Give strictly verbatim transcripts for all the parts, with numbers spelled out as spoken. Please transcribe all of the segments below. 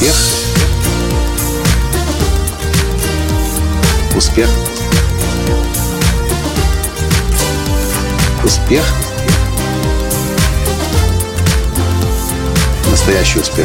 Успех. Успех. Успех. Настоящий успех.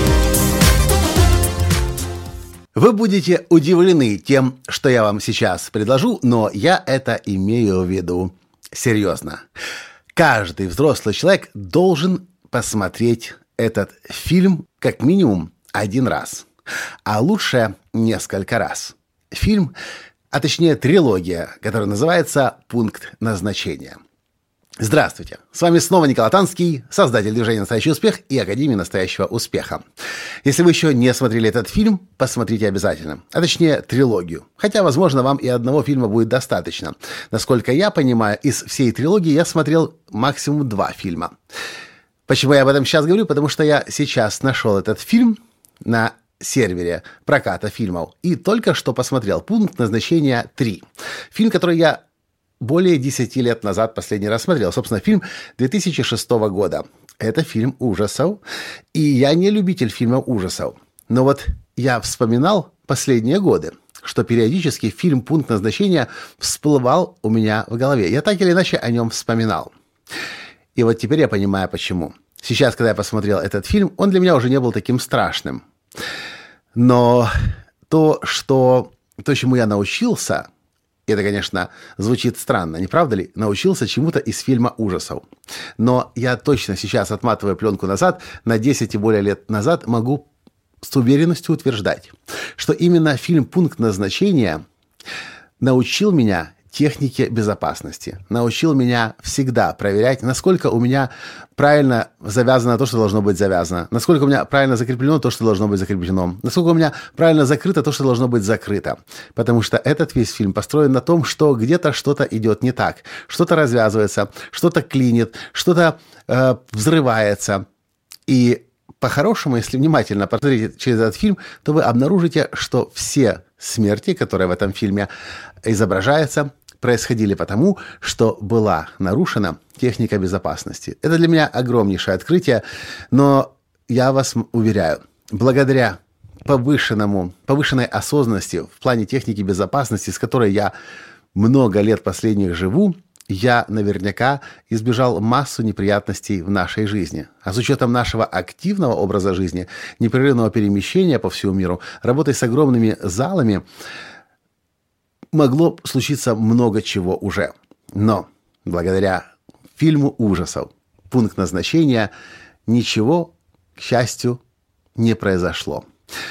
Вы будете удивлены тем, что я вам сейчас предложу, но я это имею в виду серьезно. Каждый взрослый человек должен посмотреть этот фильм как минимум один раз, а лучше несколько раз. Фильм, а точнее трилогия, которая называется «Пункт назначения». Здравствуйте! С вами снова Николай Танский, создатель движения «Настоящий успех» и Академии настоящего успеха. Если вы еще не смотрели этот фильм, посмотрите обязательно. А точнее, трилогию. Хотя, возможно, вам и одного фильма будет достаточно. Насколько я понимаю, из всей трилогии я смотрел максимум два фильма. Почему я об этом сейчас говорю? Потому что я сейчас нашел этот фильм на сервере проката фильмов и только что посмотрел «Пункт назначения три». Фильм, который я более десяти лет назад последний раз смотрел. Собственно, фильм две тысячи шестого года. Это фильм ужасов. И я не любитель фильмов ужасов. Но вот я вспоминал последние годы, что периодически фильм «Пункт назначения» всплывал у меня в голове. Я так или иначе о нем вспоминал. И вот теперь я понимаю, почему. Сейчас, когда я посмотрел этот фильм, он для меня уже не был таким страшным. Но то, что, то, чему я научился... Это, конечно, звучит странно, не правда ли? Научился чему-то из фильма ужасов. Но я точно сейчас, отматывая пленку назад, на десять и более лет назад, могу с уверенностью утверждать, что именно фильм «Пункт назначения» научил меня технике безопасности. Научил меня всегда проверять, насколько у меня правильно завязано то, что должно быть завязано, насколько у меня правильно закреплено то, что должно быть закреплено, насколько у меня правильно закрыто то, что должно быть закрыто. Потому что этот весь фильм построен на том, что где-то что-то идет не так, что-то развязывается, что-то клинит, что-то э, взрывается. И по-хорошему, если внимательно посмотреть через этот фильм, то вы обнаружите, что все смерти, которые в этом фильме изображаются, происходили потому, что была нарушена техника безопасности. Это для меня огромнейшее открытие, но я вас уверяю, благодаря повышенному, повышенной осознанности в плане техники безопасности, с которой я много лет последних живу, я наверняка избежал массу неприятностей в нашей жизни. А с учетом нашего активного образа жизни, непрерывного перемещения по всему миру, работы с огромными залами, могло случиться много чего уже. Но благодаря фильму ужасов «Пункт назначения» ничего, к счастью, не произошло.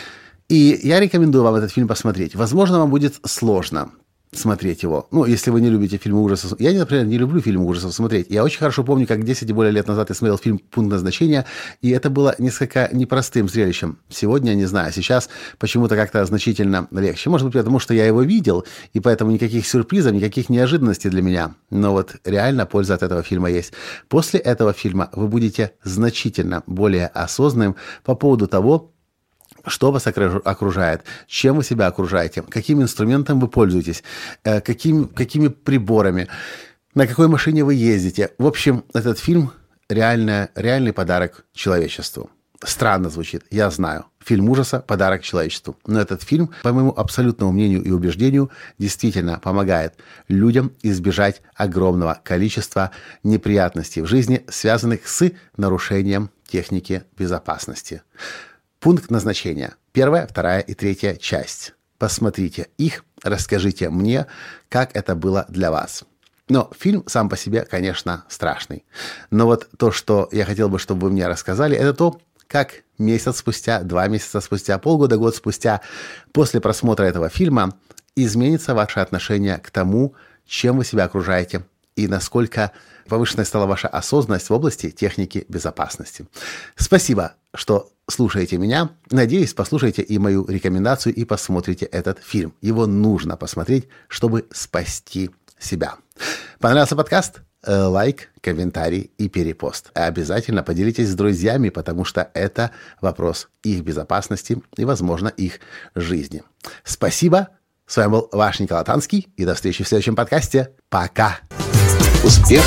И я рекомендую вам этот фильм посмотреть. Возможно, вам будет сложно смотреть его. Ну, если вы не любите фильмы ужасов. Я, например, не люблю фильмы ужасов смотреть. Я очень хорошо помню, как десять и более лет назад я смотрел фильм «Пункт назначения», и это было несколько непростым зрелищем. Сегодня, не знаю, сейчас почему-то как-то значительно легче. Может быть, потому что я его видел, и поэтому никаких сюрпризов, никаких неожиданностей для меня. Но вот реально польза от этого фильма есть. После этого фильма вы будете значительно более осознанным по поводу того, что вас окружает, чем вы себя окружаете, каким инструментом вы пользуетесь, каким, какими приборами, на какой машине вы ездите. В общем, этот фильм реально, реальный подарок человечеству. Странно звучит, я знаю. Фильм ужаса – подарок человечеству. Но этот фильм, по моему абсолютному мнению и убеждению, действительно помогает людям избежать огромного количества неприятностей в жизни, связанных с нарушением техники безопасности. Пункт назначения. Первая, вторая и третья часть. Посмотрите их, расскажите мне, как это было для вас. Но фильм сам по себе, конечно, страшный. Но вот то, что я хотел бы, чтобы вы мне рассказали, это то, как месяц спустя, два месяца спустя, полгода, год спустя, после просмотра этого фильма, изменится ваше отношение к тому, чем вы себя окружаете, и насколько повышенной стала ваша осознанность в области техники безопасности. Спасибо, что слушаете меня. Надеюсь, послушаете и мою рекомендацию и посмотрите этот фильм. Его нужно посмотреть, чтобы спасти себя. Понравился подкаст? Лайк, комментарий и перепост. Обязательно поделитесь с друзьями, потому что это вопрос их безопасности и, возможно, их жизни. Спасибо. С вами был ваш Николай Танский. И до встречи в следующем подкасте. Пока. Успех.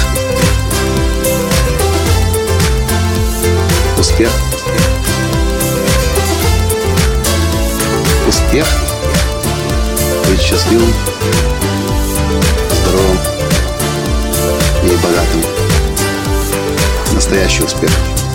Успех. Успех. Быть счастливым, здоровым и богатым. Настоящий успех.